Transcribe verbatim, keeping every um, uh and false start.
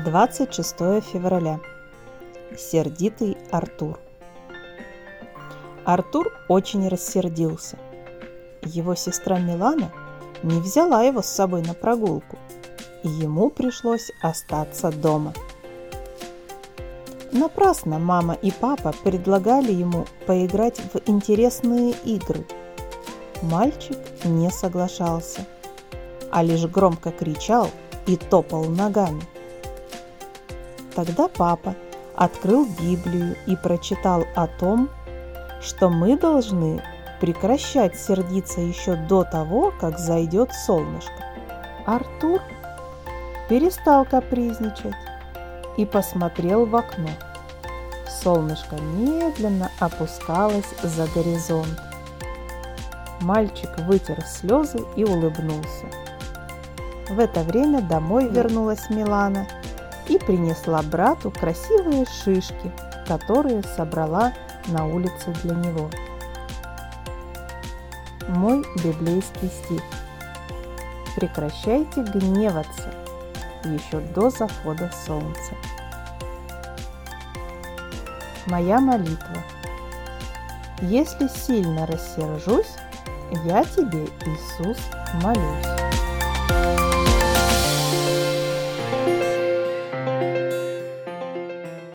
двадцать шестое февраля. Сердитый Артур. Артур очень рассердился. Его сестра Милана не взяла его с собой на прогулку, и ему пришлось остаться дома. Напрасно мама и папа предлагали ему поиграть в интересные игры. Мальчик не соглашался, а лишь громко кричал и топал ногами. Тогда папа открыл Библию и прочитал о том, что мы должны прекращать сердиться еще до того, как зайдет солнышко. Артур перестал капризничать и посмотрел в окно. Солнышко медленно опускалось за горизонт. Мальчик вытер слезы и улыбнулся. В это время домой вернулась Милана и принесла брату красивые шишки, которые собрала на улице для него. Мой библейский стих. Прекращайте гневаться еще до захода солнца. Моя молитва. Если сильно рассержусь, я тебе, Иисус, молюсь.